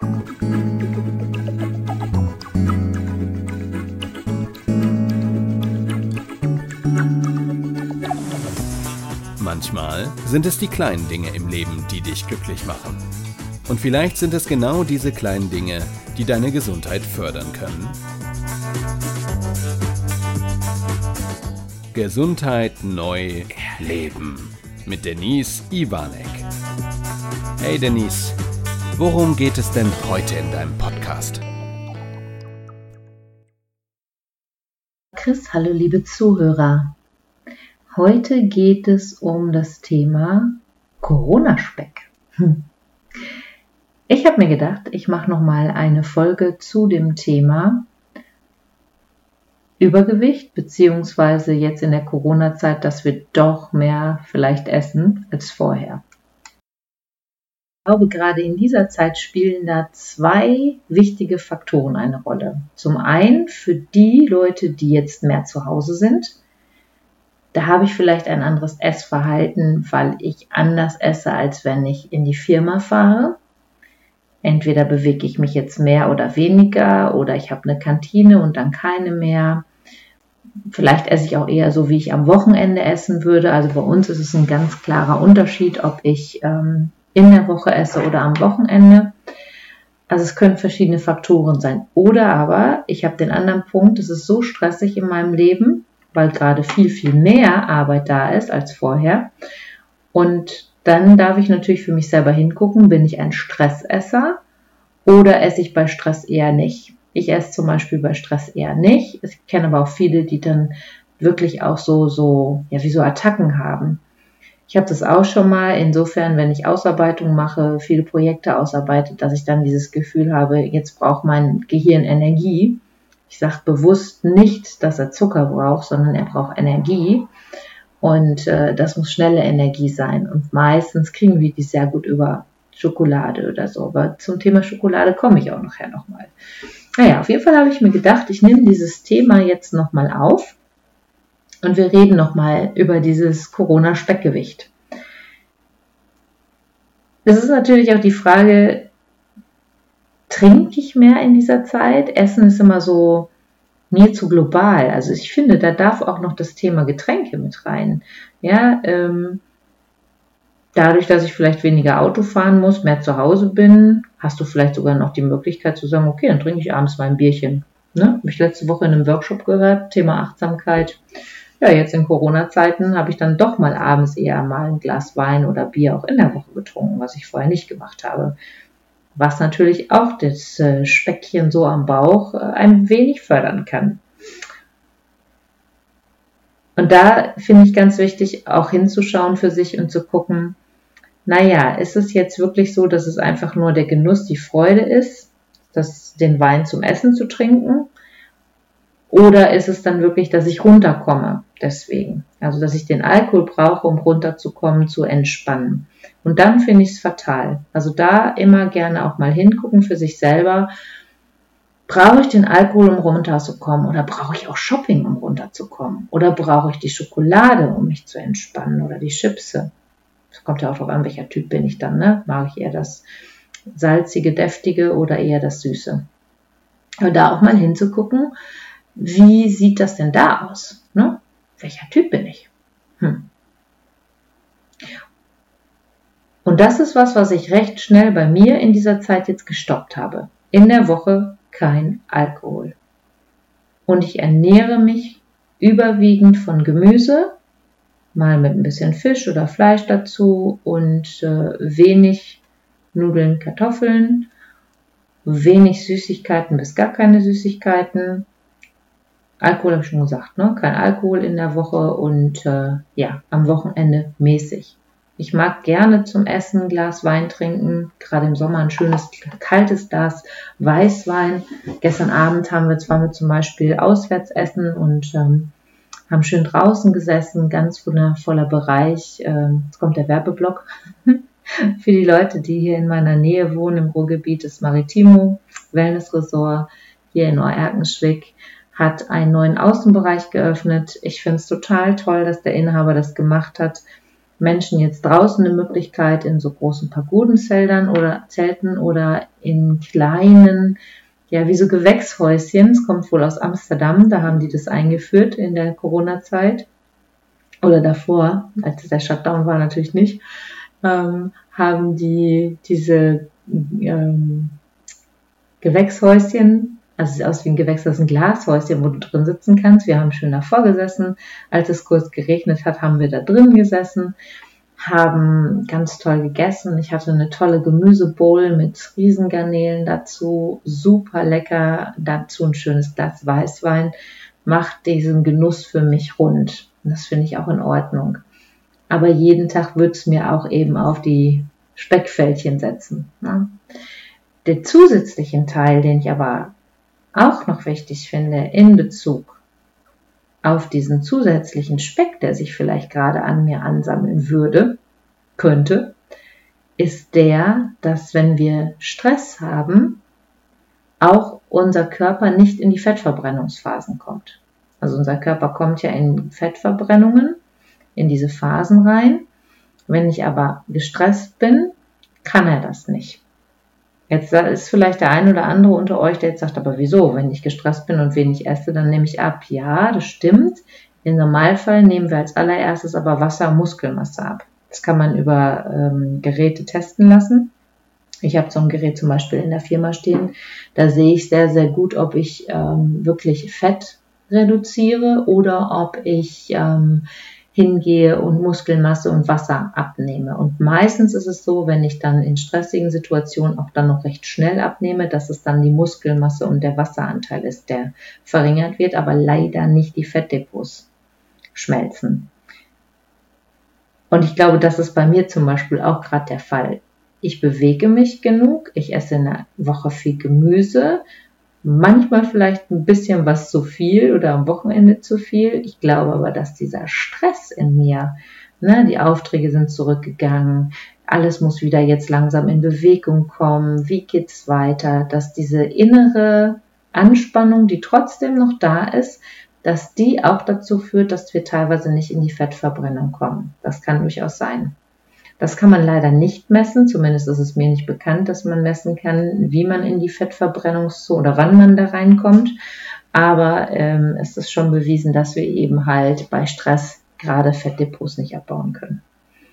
Manchmal sind es die kleinen Dinge im Leben, die dich glücklich machen. Und vielleicht sind es genau diese kleinen Dinge, die deine Gesundheit fördern können. Gesundheit neu erleben mit Denise Iwanek. Hey Denise, worum geht es denn heute in deinem Podcast? Chris, hallo liebe Zuhörer. Heute geht es um das Thema Corona-Speck. Ich habe mir gedacht, ich mache nochmal eine Folge zu dem Thema Übergewicht, beziehungsweise jetzt in der Corona-Zeit, dass wir doch mehr vielleicht essen als vorher. Ich glaube, gerade in dieser Zeit spielen da zwei wichtige Faktoren eine Rolle. Zum einen für die Leute, die jetzt mehr zu Hause sind. Da habe ich vielleicht ein anderes Essverhalten, weil ich anders esse, als wenn ich in die Firma fahre. Entweder bewege ich mich jetzt mehr oder weniger oder ich habe eine Kantine und dann keine mehr. Vielleicht esse ich auch eher so, wie ich am Wochenende essen würde. Also bei uns ist es ein ganz klarer Unterschied, ob ich in der Woche esse oder am Wochenende. Also es können verschiedene Faktoren sein. Oder aber, ich habe den anderen Punkt, es ist so stressig in meinem Leben, weil gerade viel, viel mehr Arbeit da ist als vorher. Und dann darf ich natürlich für mich selber hingucken, bin ich ein Stressesser oder esse ich bei Stress eher nicht. Ich esse zum Beispiel bei Stress eher nicht. Ich kenne aber auch viele, die dann wirklich auch so Attacken haben. Ich habe das auch schon mal, insofern, wenn ich Ausarbeitung mache, viele Projekte ausarbeite, dass ich dann dieses Gefühl habe, jetzt braucht mein Gehirn Energie. Ich sage bewusst nicht, dass er Zucker braucht, sondern er braucht Energie. Und das muss schnelle Energie sein. Und meistens kriegen wir die sehr gut über Schokolade oder so. Aber zum Thema Schokolade komme ich auch nachher nochmal. Naja, auf jeden Fall habe ich mir gedacht, ich nehme dieses Thema jetzt nochmal auf. Und wir reden nochmal über dieses Corona-Speckgewicht. Das ist natürlich auch die Frage, trinke ich mehr in dieser Zeit? Essen ist immer so mir zu global. Also ich finde, da darf auch noch das Thema Getränke mit rein. Ja, dadurch, dass ich vielleicht weniger Auto fahren muss, mehr zu Hause bin, hast du vielleicht sogar noch die Möglichkeit zu sagen, okay, dann trinke ich abends mal ein Bierchen. Ne? Habe ich letzte Woche in einem Workshop gehört, Thema Achtsamkeit. Ja, jetzt in Corona-Zeiten habe ich dann doch mal abends eher mal ein Glas Wein oder Bier auch in der Woche getrunken, was ich vorher nicht gemacht habe. Was natürlich auch das Speckchen so am Bauch ein wenig fördern kann. Und da finde ich ganz wichtig, auch hinzuschauen für sich und zu gucken, naja, ist es jetzt wirklich so, dass es einfach nur der Genuss, die Freude ist, den Wein zum Essen zu trinken? Oder ist es dann wirklich, dass ich runterkomme deswegen? Also, dass ich den Alkohol brauche, um runterzukommen, zu entspannen. Und dann finde ich es fatal. Also da immer gerne auch mal hingucken für sich selber. Brauche ich den Alkohol, um runterzukommen? Oder brauche ich auch Shopping, um runterzukommen? Oder brauche ich die Schokolade, um mich zu entspannen? Oder die Chipse? Das kommt ja auch drauf an, welcher Typ bin ich dann, ne? Mag ich eher das salzige, deftige oder eher das süße? Aber da auch mal hinzugucken, wie sieht das denn da aus? Ne? Welcher Typ bin ich? Und das ist was ich recht schnell bei mir in dieser Zeit jetzt gestoppt habe. In der Woche kein Alkohol. Und ich ernähre mich überwiegend von Gemüse, mal mit ein bisschen Fisch oder Fleisch dazu und wenig Nudeln, Kartoffeln, wenig Süßigkeiten bis gar keine Süßigkeiten. Alkohol habe ich schon gesagt, ne? Kein Alkohol in der Woche und am Wochenende mäßig. Ich mag gerne zum Essen ein Glas Wein trinken, gerade im Sommer ein schönes, kaltes Glas Weißwein. Gestern Abend waren wir zum Beispiel auswärts essen und haben schön draußen gesessen, ganz wundervoller Bereich. Jetzt kommt der Werbeblock für die Leute, die hier in meiner Nähe wohnen, im Ruhrgebiet, das Maritimo Wellness Resort hier in Neu-Erkenschwick. Hat einen neuen Außenbereich geöffnet. Ich finde es total toll, dass der Inhaber das gemacht hat. Menschen jetzt draußen eine Möglichkeit in so großen Pagodenzeltern oder Zelten oder in kleinen, ja, wie so Gewächshäuschen. Es kommt wohl aus Amsterdam, da haben die das eingeführt in der Corona-Zeit. Oder davor, als der Shutdown war, natürlich nicht, haben die diese Gewächshäuschen, also es sieht aus wie ein Gewächs, das ist ein Glashäuschen, wo du drin sitzen kannst. Wir haben schön davor gesessen. Als es kurz geregnet hat, haben wir da drin gesessen, haben ganz toll gegessen. Ich hatte eine tolle Gemüsebowl mit Riesengarnelen dazu, super lecker, dazu ein schönes Glas Weißwein, macht diesen Genuss für mich rund. Und das finde ich auch in Ordnung. Aber jeden Tag würde es mir auch eben auf die Speckfältchen setzen. Ne? Den zusätzlichen Teil, den ich aber auch noch wichtig finde in Bezug auf diesen zusätzlichen Speck, der sich vielleicht gerade an mir ansammeln könnte, ist der, dass wenn wir Stress haben, auch unser Körper nicht in die Fettverbrennungsphasen kommt. Also unser Körper kommt ja in Fettverbrennungen, in diese Phasen rein. Wenn ich aber gestresst bin, kann er das nicht. Jetzt ist vielleicht der ein oder andere unter euch, der jetzt sagt, aber wieso? Wenn ich gestresst bin und wenig esse, dann nehme ich ab. Ja, das stimmt. Im Normalfall nehmen wir als allererstes aber Wasser- und Muskelmasse ab. Das kann man über Geräte testen lassen. Ich habe so ein Gerät zum Beispiel in der Firma stehen. Da sehe ich sehr, sehr gut, ob ich wirklich Fett reduziere oder ob ich hingehe und Muskelmasse und Wasser abnehme. Und meistens ist es so, wenn ich dann in stressigen Situationen auch dann noch recht schnell abnehme, dass es dann die Muskelmasse und der Wasseranteil ist, der verringert wird, aber leider nicht die Fettdepots schmelzen. Und ich glaube, das ist bei mir zum Beispiel auch gerade der Fall. Ich bewege mich genug, ich esse in der Woche viel Gemüse, manchmal vielleicht ein bisschen was zu viel oder am Wochenende zu viel. Ich glaube aber, dass dieser Stress in mir, die Aufträge sind zurückgegangen, alles muss wieder jetzt langsam in Bewegung kommen, wie geht's weiter, dass diese innere Anspannung, die trotzdem noch da ist, dass die auch dazu führt, dass wir teilweise nicht in die Fettverbrennung kommen. Das kann durchaus sein. Das kann man leider nicht messen, zumindest ist es mir nicht bekannt, dass man messen kann, wie man in die Fettverbrennungszone oder wann man da reinkommt. Aber es ist schon bewiesen, dass wir eben halt bei Stress gerade Fettdepots nicht abbauen können.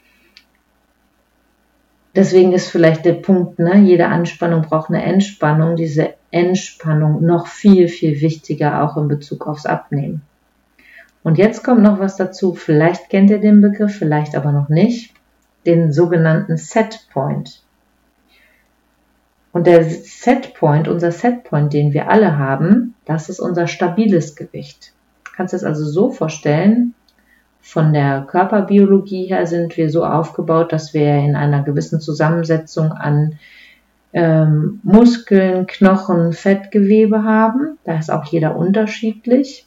Deswegen ist vielleicht der Punkt, jede Anspannung braucht eine Entspannung, diese Entspannung noch viel, viel wichtiger auch in Bezug aufs Abnehmen. Und jetzt kommt noch was dazu, vielleicht kennt ihr den Begriff, vielleicht aber noch nicht. Den sogenannten Setpoint. Und der Setpoint, unser Setpoint, den wir alle haben, das ist unser stabiles Gewicht. Du kannst es also so vorstellen, von der Körperbiologie her sind wir so aufgebaut, dass wir in einer gewissen Zusammensetzung an Muskeln, Knochen, Fettgewebe haben. Da ist auch jeder unterschiedlich.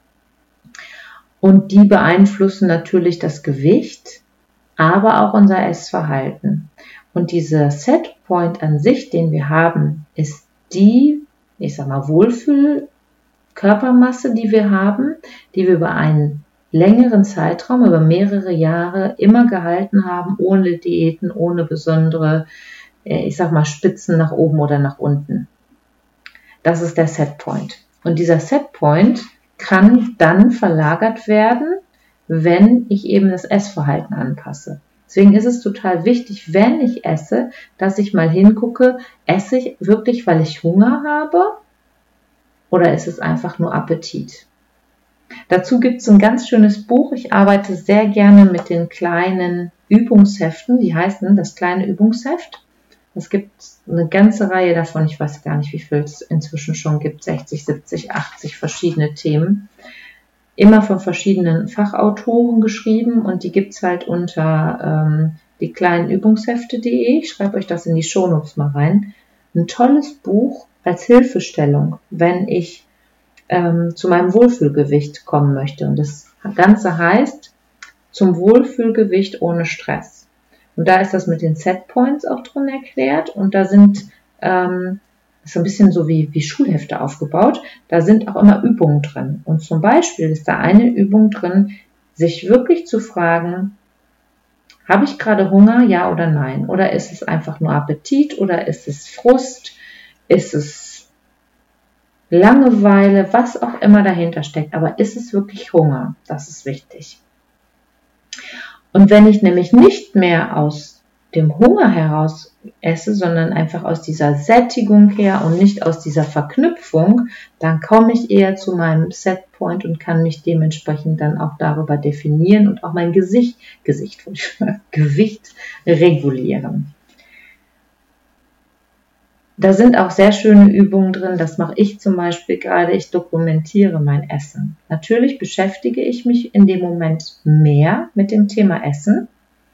Und die beeinflussen natürlich das Gewicht, aber auch unser Essverhalten. Und dieser Setpoint an sich, den wir haben, ist die, Wohlfühl-Körpermasse, die wir haben, die wir über einen längeren Zeitraum, über mehrere Jahre immer gehalten haben, ohne Diäten, ohne besondere, Spitzen nach oben oder nach unten. Das ist der Setpoint. Und dieser Setpoint kann dann verlagert werden, wenn ich eben das Essverhalten anpasse. Deswegen ist es total wichtig, wenn ich esse, dass ich mal hingucke, esse ich wirklich, weil ich Hunger habe oder ist es einfach nur Appetit? Dazu gibt es ein ganz schönes Buch. Ich arbeite sehr gerne mit den kleinen Übungsheften, die heißen das kleine Übungsheft. Es gibt eine ganze Reihe davon, ich weiß gar nicht, wie viel es inzwischen schon gibt, 60, 70, 80 verschiedene Themen. Immer von verschiedenen Fachautoren geschrieben und die gibt's halt unter die kleinen Übungshefte.de. Ich schreibe euch das in die Shownotes mal rein. Ein tolles Buch als Hilfestellung, wenn ich zu meinem Wohlfühlgewicht kommen möchte. Und das Ganze heißt zum Wohlfühlgewicht ohne Stress. Und da ist das mit den Setpoints auch drin erklärt und da sind ist so ein bisschen so wie Schulhefte aufgebaut. Da sind auch immer Übungen drin. Und zum Beispiel ist da eine Übung drin, sich wirklich zu fragen, Habe ich gerade Hunger, ja oder nein? Oder ist es einfach nur Appetit oder ist es Frust? Ist es Langeweile? Was auch immer dahinter steckt. Aber ist es wirklich Hunger? Das ist wichtig. Und wenn ich nämlich nicht mehr aus dem Hunger heraus esse, sondern einfach aus dieser Sättigung her und nicht aus dieser Verknüpfung, dann komme ich eher zu meinem Setpoint und kann mich dementsprechend dann auch darüber definieren und auch mein Gewicht regulieren. Da sind auch sehr schöne Übungen drin, das mache ich zum Beispiel gerade, ich dokumentiere mein Essen. Natürlich beschäftige ich mich in dem Moment mehr mit dem Thema Essen.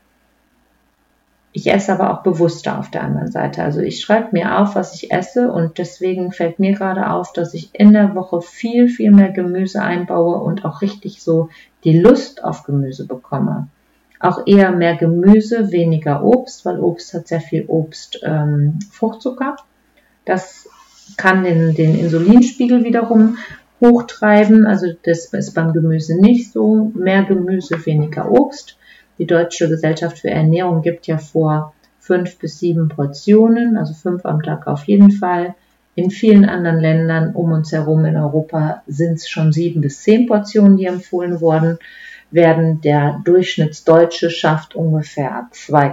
Ich esse aber auch bewusster auf der anderen Seite. Also ich schreibe mir auf, was ich esse und deswegen fällt mir gerade auf, dass ich in der Woche viel, viel mehr Gemüse einbaue und auch richtig so die Lust auf Gemüse bekomme. Auch eher mehr Gemüse, weniger Obst, weil Obst hat sehr viel Fruchtzucker. Das kann den Insulinspiegel wiederum hochtreiben. Also das ist beim Gemüse nicht so. Mehr Gemüse, weniger Obst. Die Deutsche Gesellschaft für Ernährung gibt ja vor 5 bis 7 Portionen, also 5 am Tag auf jeden Fall. In vielen anderen Ländern um uns herum in Europa sind es schon 7 bis 10 Portionen, die empfohlen werden. Der Durchschnittsdeutsche schafft ungefähr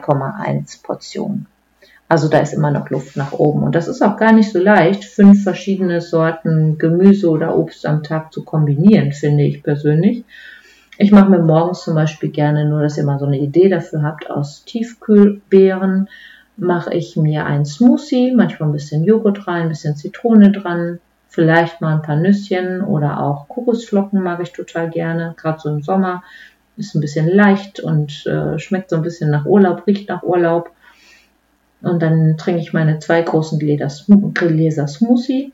2,1 Portionen. Also da ist immer noch Luft nach oben. Und das ist auch gar nicht so leicht, 5 verschiedene Sorten Gemüse oder Obst am Tag zu kombinieren, finde ich persönlich. Ich mache mir morgens zum Beispiel gerne, nur dass ihr mal so eine Idee dafür habt, aus Tiefkühlbeeren mache ich mir einen Smoothie, manchmal ein bisschen Joghurt rein, ein bisschen Zitrone dran, vielleicht mal ein paar Nüsschen oder auch Kokosflocken mag ich total gerne, gerade so im Sommer. Ist ein bisschen leicht und schmeckt so ein bisschen nach Urlaub, riecht nach Urlaub. Und dann trinke ich meine 2 großen Gläser Smoothie.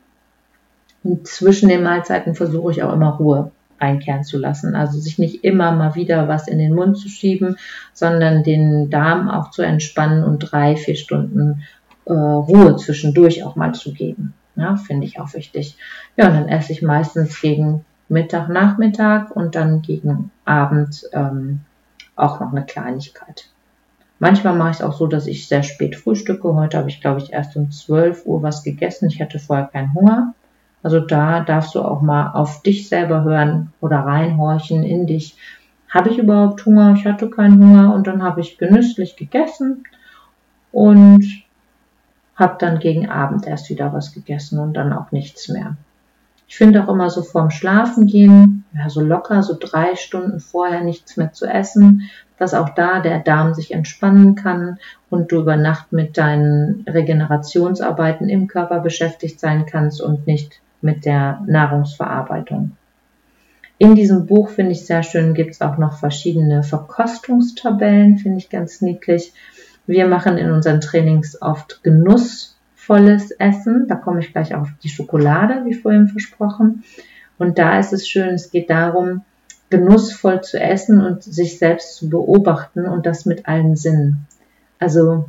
Und zwischen den Mahlzeiten versuche ich auch immer Ruhe einkehren zu lassen. Also sich nicht immer mal wieder was in den Mund zu schieben, sondern den Darm auch zu entspannen und 3-4 Stunden Ruhe zwischendurch auch mal zu geben. Ja, finde ich auch wichtig. Ja, und dann esse ich meistens gegen Mittag, Nachmittag und dann gegen Abend auch noch eine Kleinigkeit. Manchmal mache ich es auch so, dass ich sehr spät frühstücke. Heute habe ich, glaube ich, erst um 12 Uhr was gegessen. Ich hatte vorher keinen Hunger. Also da darfst du auch mal auf dich selber hören oder reinhorchen in dich. Habe ich überhaupt Hunger? Ich hatte keinen Hunger und dann habe ich genüsslich gegessen und habe dann gegen Abend erst wieder was gegessen und dann auch nichts mehr. Ich finde auch immer so vorm Schlafengehen, ja so locker, so 3 Stunden vorher nichts mehr zu essen, dass auch da der Darm sich entspannen kann und du über Nacht mit deinen Regenerationsarbeiten im Körper beschäftigt sein kannst und nicht mit der Nahrungsverarbeitung. In diesem Buch, finde ich sehr schön, gibt es auch noch verschiedene Verkostungstabellen, finde ich ganz niedlich. Wir machen in unseren Trainings oft genussvolles Essen. Da komme ich gleich auf die Schokolade, wie vorhin versprochen. Und da ist es schön, es geht darum, genussvoll zu essen und sich selbst zu beobachten und das mit allen Sinnen. Also,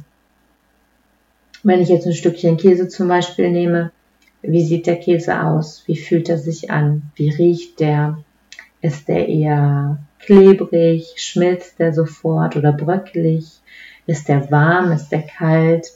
wenn ich jetzt ein Stückchen Käse zum Beispiel nehme, wie sieht der Käse aus? Wie fühlt er sich an? Wie riecht der? Ist der eher klebrig? Schmilzt der sofort oder bröckelig? Ist der warm? Ist der kalt?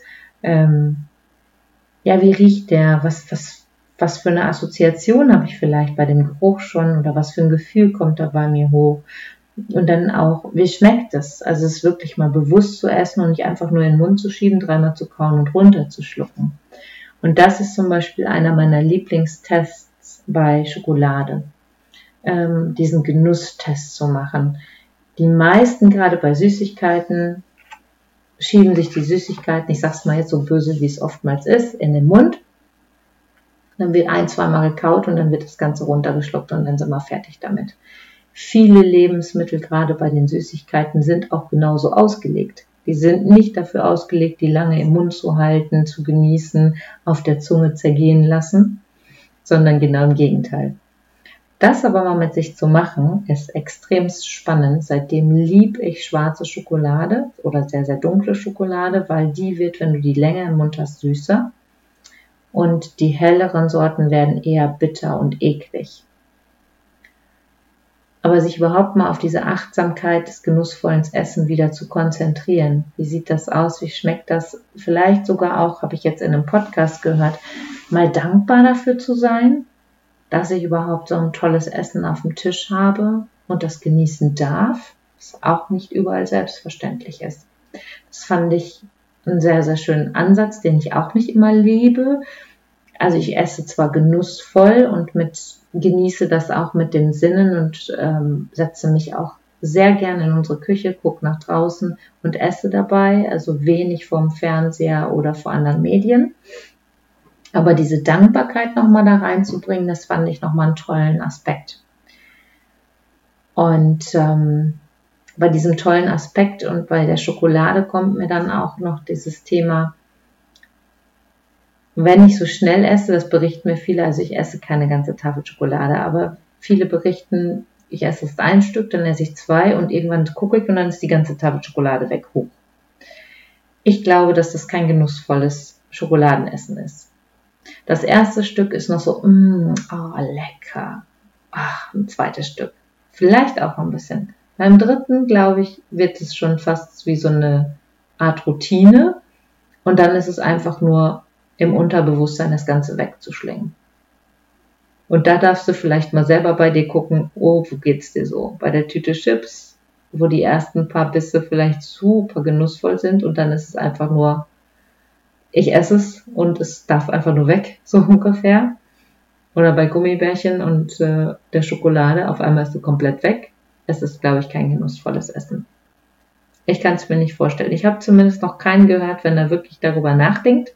Wie riecht der? Was für eine Assoziation habe ich vielleicht bei dem Geruch schon oder was für ein Gefühl kommt da bei mir hoch? Und dann auch, wie schmeckt es? Also es wirklich mal bewusst zu essen und nicht einfach nur in den Mund zu schieben, 3-mal zu kauen und runterzuschlucken. Und das ist zum Beispiel einer meiner Lieblingstests bei Schokolade, diesen Genusstest zu machen. Die meisten, gerade bei Süßigkeiten, schieben sich die Süßigkeiten, ich sag's mal jetzt so böse, wie es oftmals ist, in den Mund. Dann wird 1-2 Mal gekaut und dann wird das Ganze runtergeschluckt und dann sind wir fertig damit. Viele Lebensmittel, gerade bei den Süßigkeiten, sind auch genauso ausgelegt. Die sind nicht dafür ausgelegt, die lange im Mund zu halten, zu genießen, auf der Zunge zergehen lassen, sondern genau im Gegenteil. Das aber mal mit sich zu machen, ist extrem spannend. Seitdem liebe ich schwarze Schokolade oder sehr, sehr dunkle Schokolade, weil die wird, wenn du die länger im Mund hast, süßer. Und die helleren Sorten werden eher bitter und eklig. Aber sich überhaupt mal auf diese Achtsamkeit des genussvollen Essen wieder zu konzentrieren. Wie sieht das aus? Wie schmeckt das? Vielleicht sogar auch, habe ich jetzt in einem Podcast gehört, mal dankbar dafür zu sein, dass ich überhaupt so ein tolles Essen auf dem Tisch habe und das genießen darf, was auch nicht überall selbstverständlich ist. Das fand ich einen sehr, sehr schönen Ansatz, den ich auch nicht immer lebe. Also ich esse zwar genussvoll und genieße das auch mit den Sinnen und setze mich auch sehr gerne in unsere Küche, gucke nach draußen und esse dabei, also wenig vorm Fernseher oder vor anderen Medien. Aber diese Dankbarkeit nochmal da reinzubringen, das fand ich nochmal einen tollen Aspekt. Und bei diesem tollen Aspekt und bei der Schokolade kommt mir dann auch noch dieses Thema, wenn ich so schnell esse, das berichten mir viele, also ich esse keine ganze Tafel Schokolade, aber viele berichten, ich esse erst ein Stück, dann esse ich 2 und irgendwann gucke ich und dann ist die ganze Tafel Schokolade weg, hoch. Ich glaube, dass das kein genussvolles Schokoladenessen ist. Das erste Stück ist noch so, lecker. Ach, ein zweites Stück. Vielleicht auch ein bisschen. Beim dritten, glaube ich, wird es schon fast wie so eine Art Routine und dann ist es einfach nur im Unterbewusstsein das Ganze wegzuschlingen. Und da darfst du vielleicht mal selber bei dir gucken, wo geht's dir so? Bei der Tüte Chips, wo die ersten paar Bisse vielleicht super genussvoll sind und dann ist es einfach nur, ich esse es und es darf einfach nur weg, so ungefähr. Oder bei Gummibärchen und der Schokolade, auf einmal ist du komplett weg. Es ist, glaube ich, kein genussvolles Essen. Ich kann es mir nicht vorstellen. Ich habe zumindest noch keinen gehört, wenn er wirklich darüber nachdenkt,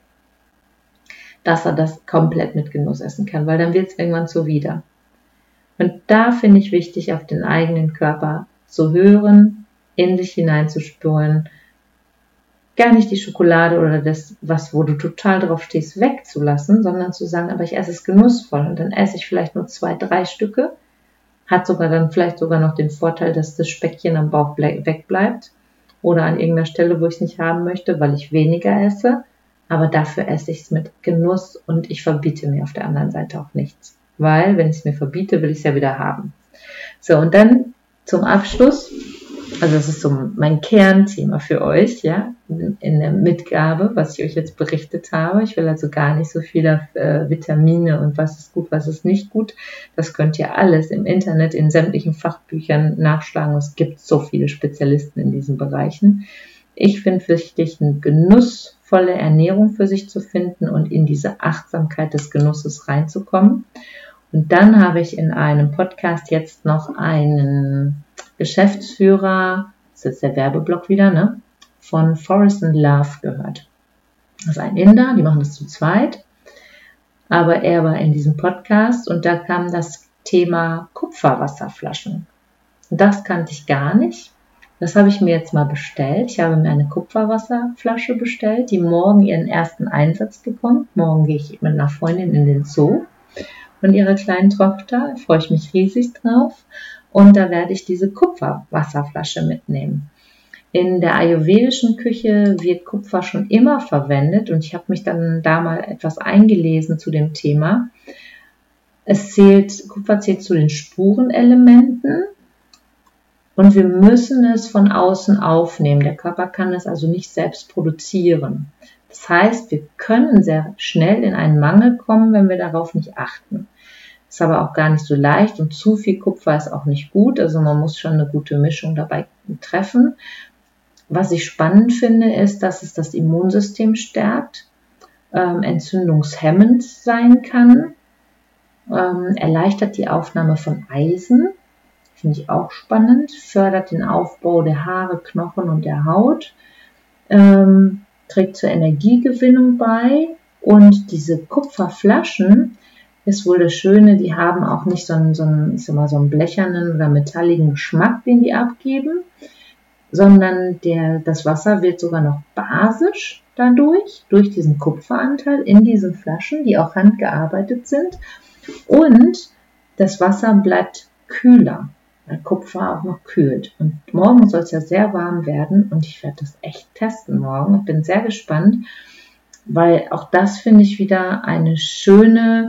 dass er das komplett mit Genuss essen kann, weil dann wird es irgendwann zuwider. Und da finde ich wichtig, auf den eigenen Körper zu hören, in sich hineinzuspüren, gar nicht die Schokolade oder das, wo du total drauf stehst, wegzulassen, sondern zu sagen, aber ich esse es genussvoll und dann esse ich vielleicht nur 2, 3 Stücke, hat sogar dann vielleicht sogar noch den Vorteil, dass das Speckchen am Bauch wegbleibt oder an irgendeiner Stelle, wo ich es nicht haben möchte, weil ich weniger esse. Aber dafür esse ich es mit Genuss und ich verbiete mir auf der anderen Seite auch nichts. Weil, wenn ich es mir verbiete, will ich es ja wieder haben. So, und dann zum Abschluss, also das ist so mein Kernthema für euch, ja, in der Mitgabe, was ich euch jetzt berichtet habe. Ich will also gar nicht so viel auf Vitamine und was ist gut, was ist nicht gut. Das könnt ihr alles im Internet, in sämtlichen Fachbüchern nachschlagen. Es gibt so viele Spezialisten in diesen Bereichen. Ich finde wichtig, eine genussvolle Ernährung für sich zu finden und in diese Achtsamkeit des Genusses reinzukommen. Und dann habe ich in einem Podcast jetzt noch einen Geschäftsführer, das ist jetzt der Werbeblock wieder, ne, von Forest & Love gehört. Das ist ein Inder, die machen das zu zweit. Aber er war in diesem Podcast und da kam das Thema Kupferwasserflaschen. Das kannte ich gar nicht. Das habe ich mir jetzt mal bestellt. Ich habe mir eine Kupferwasserflasche bestellt, die morgen ihren ersten Einsatz bekommt. Morgen gehe ich mit einer Freundin in den Zoo von ihrer kleinen Tochter. Da freue ich mich riesig drauf. Und da werde ich diese Kupferwasserflasche mitnehmen. In der ayurvedischen Küche wird Kupfer schon immer verwendet und ich habe mich dann da mal etwas eingelesen zu dem Thema. Kupfer zählt zu den Spurenelementen. Und wir müssen es von außen aufnehmen. Der Körper kann es also nicht selbst produzieren. Das heißt, wir können sehr schnell in einen Mangel kommen, wenn wir darauf nicht achten. Ist aber auch gar nicht so leicht und zu viel Kupfer ist auch nicht gut. Also man muss schon eine gute Mischung dabei treffen. Was ich spannend finde, ist, dass es das Immunsystem stärkt, entzündungshemmend sein kann, erleichtert die Aufnahme von Eisen. Finde ich auch spannend, fördert den Aufbau der Haare, Knochen und der Haut, trägt zur Energiegewinnung bei und diese Kupferflaschen ist wohl das Schöne, die haben auch nicht so einen blechernen oder metalligen Geschmack, den die abgeben, sondern das Wasser wird sogar noch basisch dadurch, durch diesen Kupferanteil in diesen Flaschen, die auch handgearbeitet sind und das Wasser bleibt kühler, weil Kupfer auch noch kühlt. Und morgen soll es ja sehr warm werden und ich werde das echt testen morgen. Ich bin sehr gespannt, weil auch das finde ich wieder eine schöne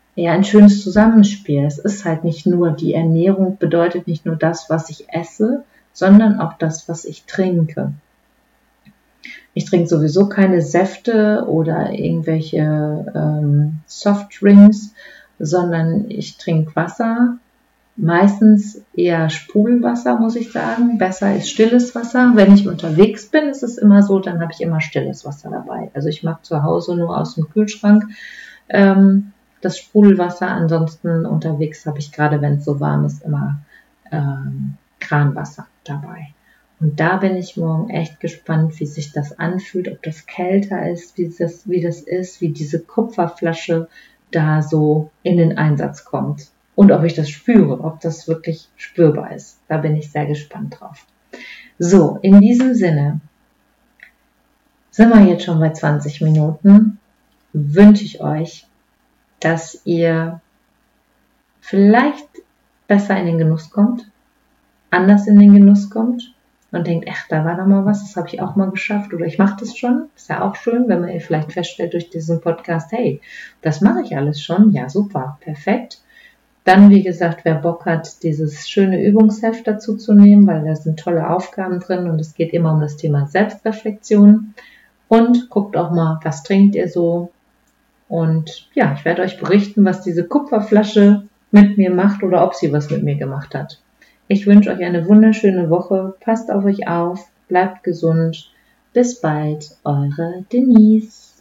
ein schönes Zusammenspiel. Es ist halt nicht nur, die Ernährung bedeutet nicht nur das, was ich esse, sondern auch das, was ich trinke. Ich trinke sowieso keine Säfte oder irgendwelche Softdrinks, sondern ich trinke Wasser. Meistens eher Sprudelwasser, muss ich sagen. Besser ist stilles Wasser. Wenn ich unterwegs bin, ist es immer so, dann habe ich immer stilles Wasser dabei. Also ich mag zu Hause nur aus dem Kühlschrank das Sprudelwasser. Ansonsten unterwegs habe ich, gerade wenn es so warm ist, immer Kranwasser dabei. Und da bin ich morgen echt gespannt, wie sich das anfühlt, ob das kälter ist, wie das ist, wie diese Kupferflasche da so in den Einsatz kommt. Und ob ich das spüre, ob das wirklich spürbar ist. Da bin ich sehr gespannt drauf. So, in diesem Sinne sind wir jetzt schon bei 20 Minuten. Wünsche ich euch, dass ihr vielleicht besser in den Genuss kommt, anders in den Genuss kommt und denkt, ach, da war doch mal was, das habe ich auch mal geschafft oder ich mache das schon. Ist ja auch schön, wenn man vielleicht feststellt durch diesen Podcast, hey, das mache ich alles schon. Ja, super, perfekt. Dann, wie gesagt, wer Bock hat, dieses schöne Übungsheft dazu zu nehmen, weil da sind tolle Aufgaben drin und es geht immer um das Thema Selbstreflexion. Und guckt auch mal, was trinkt ihr so. Und ja, ich werde euch berichten, was diese Kupferflasche mit mir macht oder ob sie was mit mir gemacht hat. Ich wünsche euch eine wunderschöne Woche. Passt auf euch auf, bleibt gesund. Bis bald, eure Denise.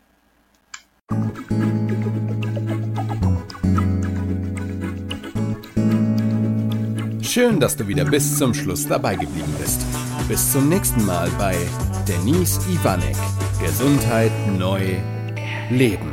Schön, dass du wieder bis zum Schluss dabei geblieben bist. Bis zum nächsten Mal bei Denise Iwanek. Gesundheit neu leben.